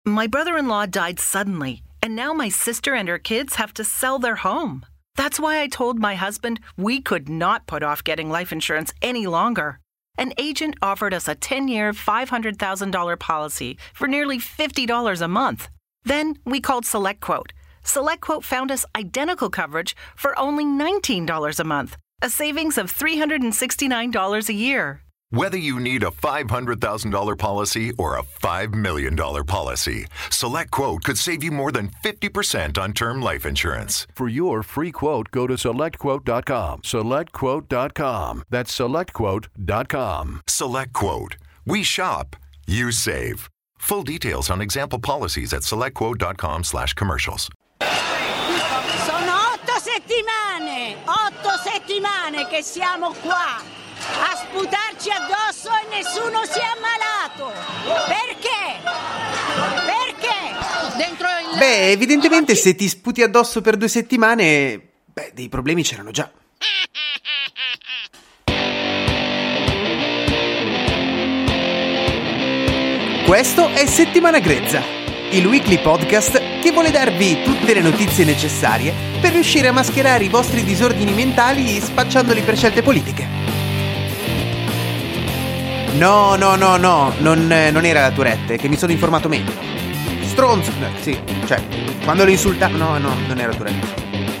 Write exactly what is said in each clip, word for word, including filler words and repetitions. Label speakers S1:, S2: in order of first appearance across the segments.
S1: My brother-in-law died suddenly, and now my sister and her kids have to sell their home. That's why I told my husband we could not put off getting life insurance any longer. An agent offered us a ten-year, five hundred thousand dollars policy for nearly fifty dollars a month. Then we called SelectQuote. SelectQuote found us identical coverage for only nineteen dollars a month, a savings of three hundred sixty-nine dollars a year.
S2: Whether you need a five hundred thousand dollars policy or a five million dollars policy, SelectQuote could save you more than fifty percent on term life insurance.
S3: For your free quote, go to select quote dot com. select quote dot com. That's select quote dot com.
S2: SelectQuote. We shop, you save. Full details on example policies at select quote dot com slash commercials.
S4: Sono otto settimane, otto settimane che siamo qua a sputarci addosso e nessuno si è ammalato. Perché? Perché? Dentro il...
S5: Beh, evidentemente se ti sputi addosso per due settimane, beh, dei problemi c'erano già. Questo è Settimana Grezza, il weekly podcast che vuole darvi tutte le notizie necessarie per riuscire a mascherare i vostri disordini mentali spacciandoli per scelte politiche. No, no, no, no, non, non era la Tourette, che mi sono informato meglio. Stronzo, sì, cioè, quando lo insultavo, no, no, non era Tourette.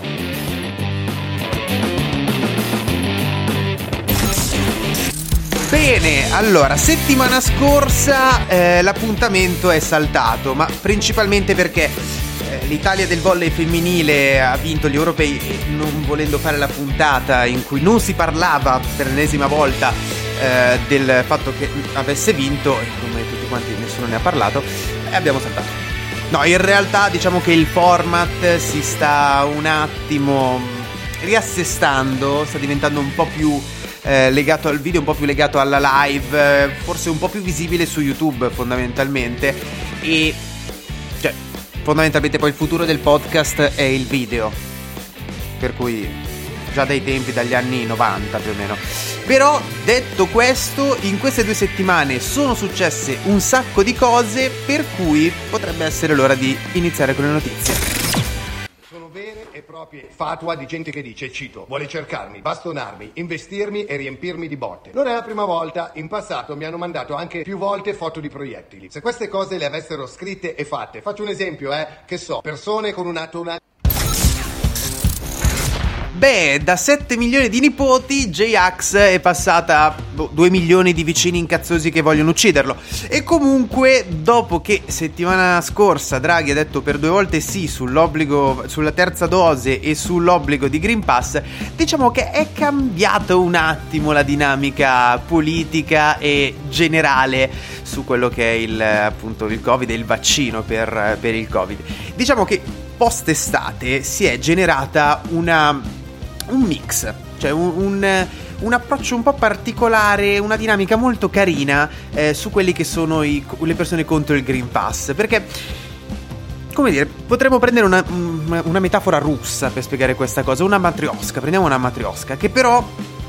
S5: Bene, allora, settimana scorsa eh, l'appuntamento è saltato, ma principalmente perché eh, l'Italia del volley femminile ha vinto gli europei e non volendo fare la puntata in cui non si parlava per l'ennesima volta eh, del fatto che avesse vinto, e come tutti quanti nessuno ne ha parlato, e abbiamo saltato. No, in realtà diciamo che il format si sta un attimo riassestando, sta diventando un po' più Eh, legato al video, un po' più legato alla live, eh, forse un po' più visibile su YouTube fondamentalmente, e cioè fondamentalmente poi il futuro del podcast è il video, per cui già dai tempi, dagli anni novanta più o meno. Però detto questo, in queste due settimane sono successe un sacco di cose, per cui potrebbe essere l'ora di iniziare con le notizie.
S6: Vere e proprie fatua di gente che dice, cito, vuole cercarmi, bastonarmi, investirmi e riempirmi di botte. Non è la prima volta, in passato mi hanno mandato anche più volte foto di proiettili. Se queste cose le avessero scritte e fatte, faccio un esempio, eh, che so, persone con una tonalità...
S5: Beh, da sette milioni di nipoti, J-Ax è passata a boh, due milioni di vicini incazzosi che vogliono ucciderlo. E comunque, dopo che settimana scorsa Draghi ha detto per due volte sì sull'obbligo, sulla terza dose e sull'obbligo di Green Pass, diciamo che è cambiata un attimo la dinamica politica e generale su quello che è il, appunto, il Covid e il vaccino per, per il Covid. Diciamo che post-estate si è generata una... un mix, cioè un, un, un approccio un po' particolare, una dinamica molto carina eh, su quelli che sono i, le persone contro il Green Pass, perché, come dire, potremmo prendere una, una metafora russa per spiegare questa cosa, una matriosca, prendiamo una matriosca, che però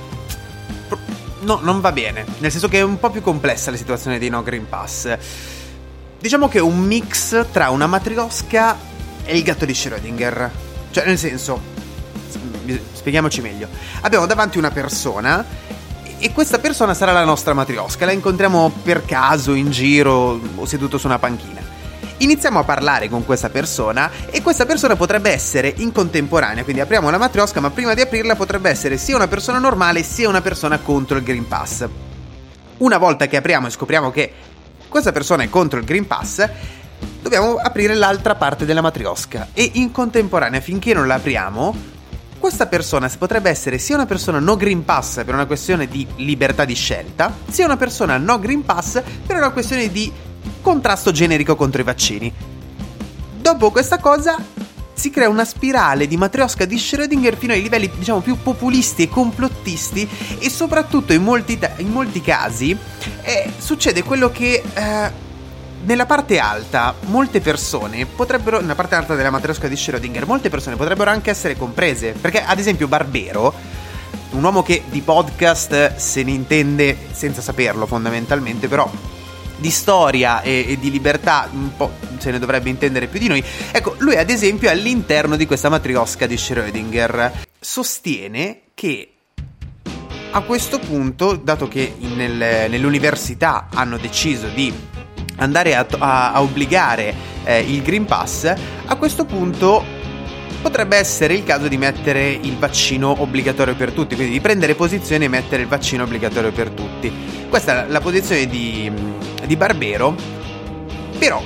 S5: no, non va bene, nel senso che è un po' più complessa la situazione dei no Green Pass. Diciamo che è un mix tra una matriosca e il gatto di Schrödinger, cioè nel senso, spieghiamoci meglio. Abbiamo davanti una persona e questa persona sarà la nostra matriosca. La incontriamo per caso in giro o seduto su una panchina. Iniziamo a parlare con questa persona e questa persona potrebbe essere in contemporanea, quindi apriamo la matriosca, ma prima di aprirla potrebbe essere sia una persona normale sia una persona contro il Green Pass. Una volta che apriamo e scopriamo che questa persona è contro il Green Pass, dobbiamo aprire l'altra parte della matriosca e in contemporanea, finché non la apriamo, questa persona potrebbe essere sia una persona no Green Pass per una questione di libertà di scelta, sia una persona no Green Pass per una questione di contrasto generico contro i vaccini. Dopo questa cosa si crea una spirale di matriosca di Schrödinger fino ai livelli, diciamo, più populisti e complottisti, e soprattutto in molti, in molti casi eh, succede quello che... Eh, nella parte alta molte persone potrebbero, nella parte alta della matriosca di Schrödinger, molte persone potrebbero anche essere comprese, perché ad esempio Barbero, un uomo che di podcast se ne intende senza saperlo fondamentalmente, però di storia e, e di libertà un po' se ne dovrebbe intendere più di noi. Ecco, lui ad esempio all'interno di questa matriosca di Schrödinger sostiene che a questo punto, dato che nel, nell'università hanno deciso di andare a, a, a obbligare eh, il Green Pass, a questo punto potrebbe essere il caso di mettere il vaccino obbligatorio per tutti, quindi di prendere posizione e mettere il vaccino obbligatorio per tutti. Questa è la posizione di, di Barbero, però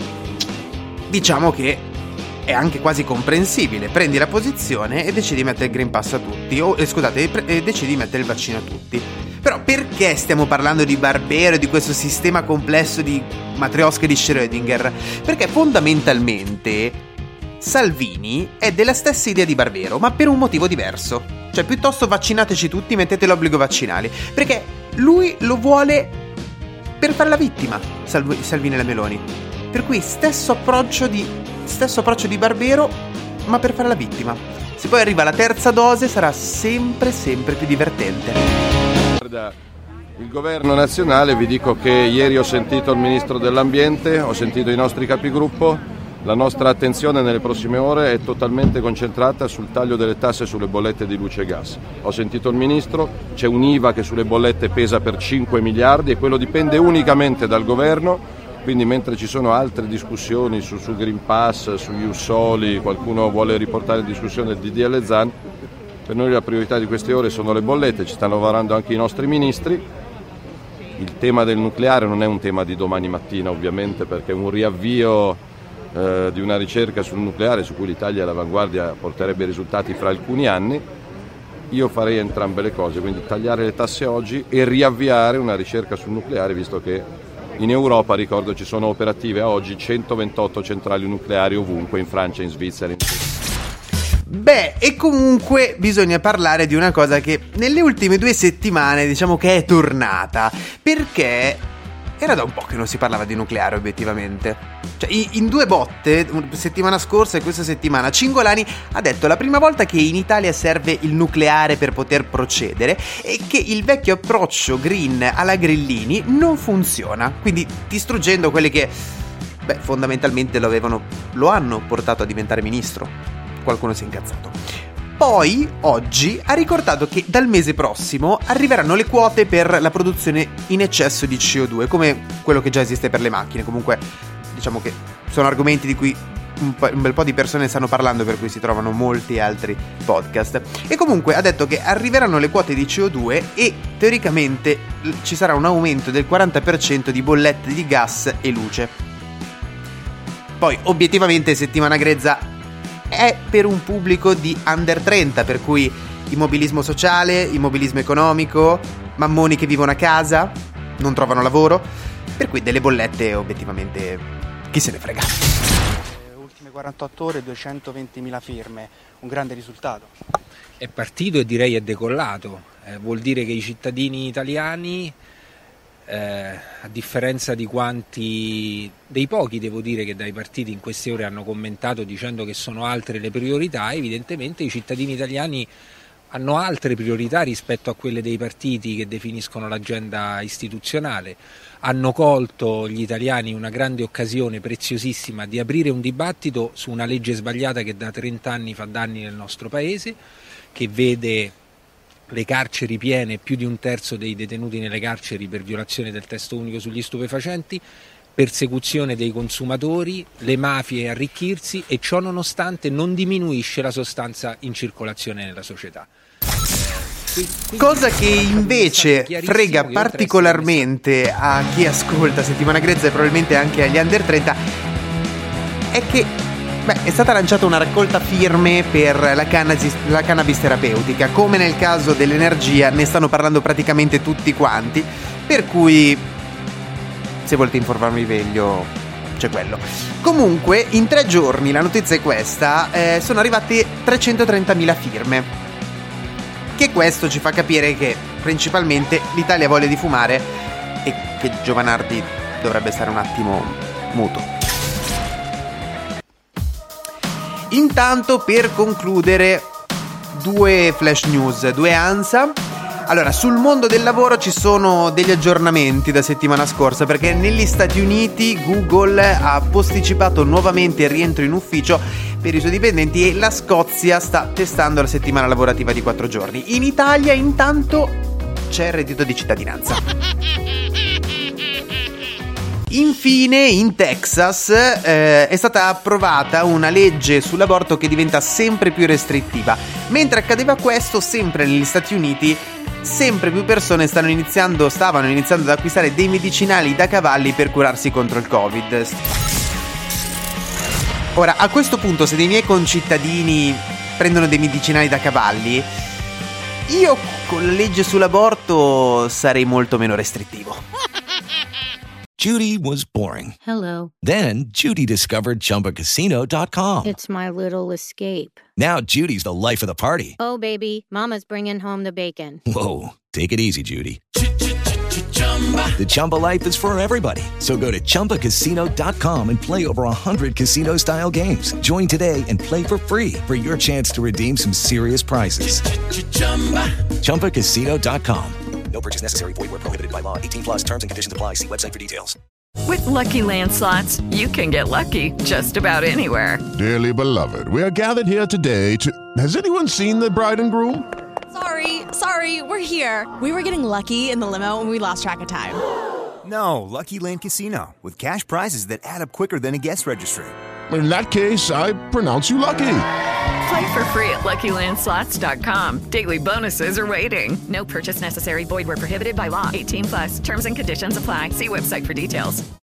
S5: diciamo che è anche quasi comprensibile. Prendi la posizione e decidi di mettere il Green Pass a tutti, o eh, scusate, pre- eh, decidi di mettere il vaccino a tutti. Però perché stiamo parlando di Barbero e di questo sistema complesso di matriosche di Schrödinger? Perché fondamentalmente Salvini è della stessa idea di Barbero, ma per un motivo diverso. Cioè, piuttosto vaccinateci tutti, mettete l'obbligo vaccinale, perché lui lo vuole per fare la vittima, Salv- Salvini e la Meloni. Per cui stesso approccio di stesso approccio di Barbero, ma per fare la vittima. Se poi arriva la terza dose sarà sempre sempre più divertente.
S7: Guarda, il governo nazionale, vi dico che ieri ho sentito il ministro dell'ambiente, ho sentito i nostri capigruppo. La nostra attenzione nelle prossime ore è totalmente concentrata sul taglio delle tasse sulle bollette di luce e gas. Ho sentito il ministro, c'è un I V A che sulle bollette pesa per cinque miliardi e quello dipende unicamente dal governo. Quindi mentre ci sono altre discussioni su, su Green Pass, su Ius Soli, qualcuno vuole riportare in discussione il D D L Zan, per noi la priorità di queste ore sono le bollette, ci stanno lavorando anche i nostri ministri. Il tema del nucleare non è un tema di domani mattina ovviamente, perché un riavvio eh, di una ricerca sul nucleare su cui l'Italia è all'avanguardia porterebbe risultati fra alcuni anni. Io farei entrambe le cose, quindi tagliare le tasse oggi e riavviare una ricerca sul nucleare, visto che in Europa, ricordo, ci sono operative a oggi centoventotto centrali nucleari ovunque, in Francia, in Svizzera. In...
S5: Beh, e comunque bisogna parlare di una cosa che nelle ultime due settimane diciamo che è tornata, perché era da un po' che non si parlava di nucleare obiettivamente. Cioè, in due botte, settimana scorsa e questa settimana, Cingolani ha detto la prima volta che in Italia serve il nucleare per poter procedere e che il vecchio approccio green alla Grillini non funziona, quindi distruggendo quelli che, beh, fondamentalmente lo avevano, lo hanno portato a diventare ministro. Qualcuno si è incazzato. Poi, oggi, ha ricordato che dal mese prossimo arriveranno le quote per la produzione in eccesso di C O due, come quello che già esiste per le macchine. Comunque, diciamo che sono argomenti di cui un, po', un bel po' di persone stanno parlando, per cui si trovano molti altri podcast. E comunque ha detto che arriveranno le quote di C O due e teoricamente ci sarà un aumento del quaranta per cento di bollette di gas e luce. Poi, obiettivamente, settimana grezza è per un pubblico di under trenta, per cui immobilismo sociale, immobilismo economico, mammoni che vivono a casa, non trovano lavoro, per cui delle bollette obiettivamente chi se ne frega.
S8: Le ultime quarantotto ore duecentoventimila firme, un grande risultato.
S9: È partito e direi è decollato, eh, vuol dire che i cittadini italiani, Eh, a differenza di quanti, dei pochi devo dire che dai partiti in queste ore hanno commentato dicendo che sono altre le priorità, evidentemente i cittadini italiani hanno altre priorità rispetto a quelle dei partiti che definiscono l'agenda istituzionale. Hanno colto gli italiani una grande occasione preziosissima di aprire un dibattito su una legge sbagliata che da trenta anni fa danni nel nostro paese, che vede le carceri piene, più di un terzo dei detenuti nelle carceri per violazione del testo unico sugli stupefacenti, persecuzione dei consumatori, le mafie arricchirsi, e ciò nonostante non diminuisce la sostanza in circolazione nella società.
S5: Quindi, cosa che invece frega particolarmente a chi ascolta Settimana Grezza e probabilmente anche agli under trenta è che Beh, è stata lanciata una raccolta firme per la cannabis, la cannabis terapeutica. Come nel caso dell'energia, ne stanno parlando praticamente tutti quanti, per cui se volete informarvi meglio c'è quello. Comunque, in tre giorni, la notizia è questa, eh, sono arrivate trecentotrentamila firme, che questo ci fa capire che principalmente l'Italia voglia di fumare e che Giovanardi dovrebbe stare un attimo muto. Intanto, per concludere, due flash news, due ANSA. Allora, sul mondo del lavoro ci sono degli aggiornamenti da settimana scorsa, perché negli Stati Uniti Google ha posticipato nuovamente il rientro in ufficio per i suoi dipendenti e la Scozia sta testando la settimana lavorativa di quattro giorni. In Italia intanto c'è il reddito di cittadinanza. Infine, in Texas eh, è stata approvata una legge sull'aborto che diventa sempre più restrittiva. Mentre accadeva questo, sempre negli Stati Uniti, sempre più persone stanno iniziando, stavano iniziando ad acquistare dei medicinali da cavalli per curarsi contro il Covid. Ora, a questo punto, se dei miei concittadini prendono dei medicinali da cavalli, io con la legge sull'aborto sarei molto meno restrittivo.
S10: Judy was boring.
S11: Hello.
S10: Then Judy discovered Chumba Casino dot com.
S11: It's my little escape.
S10: Now Judy's the life of the party.
S11: Oh, baby, mama's bringing home the bacon.
S10: Whoa, take it easy, Judy. The Chumba life is for everybody. So go to Chumba Casino dot com and play over one hundred casino-style games. Join today and play for free for your chance to redeem some serious prizes. Chumba Casino dot com. No purchase necessary. Void where prohibited by law. eighteen plus terms and conditions apply. See website for details.
S12: With Lucky Land Slots, you can get lucky just about anywhere.
S13: Dearly beloved, we are gathered here today to... Has anyone seen the bride and groom?
S14: Sorry, sorry, we're here. We were getting lucky in the limo and we lost track of time.
S15: No, Lucky Land Casino, with cash prizes that add up quicker than a guest registry.
S13: In that case, I pronounce you lucky.
S12: Play for free at Lucky Land Slots dot com. Daily bonuses are waiting. No purchase necessary. Void where prohibited by law. eighteen plus. Terms and conditions apply. See website for details.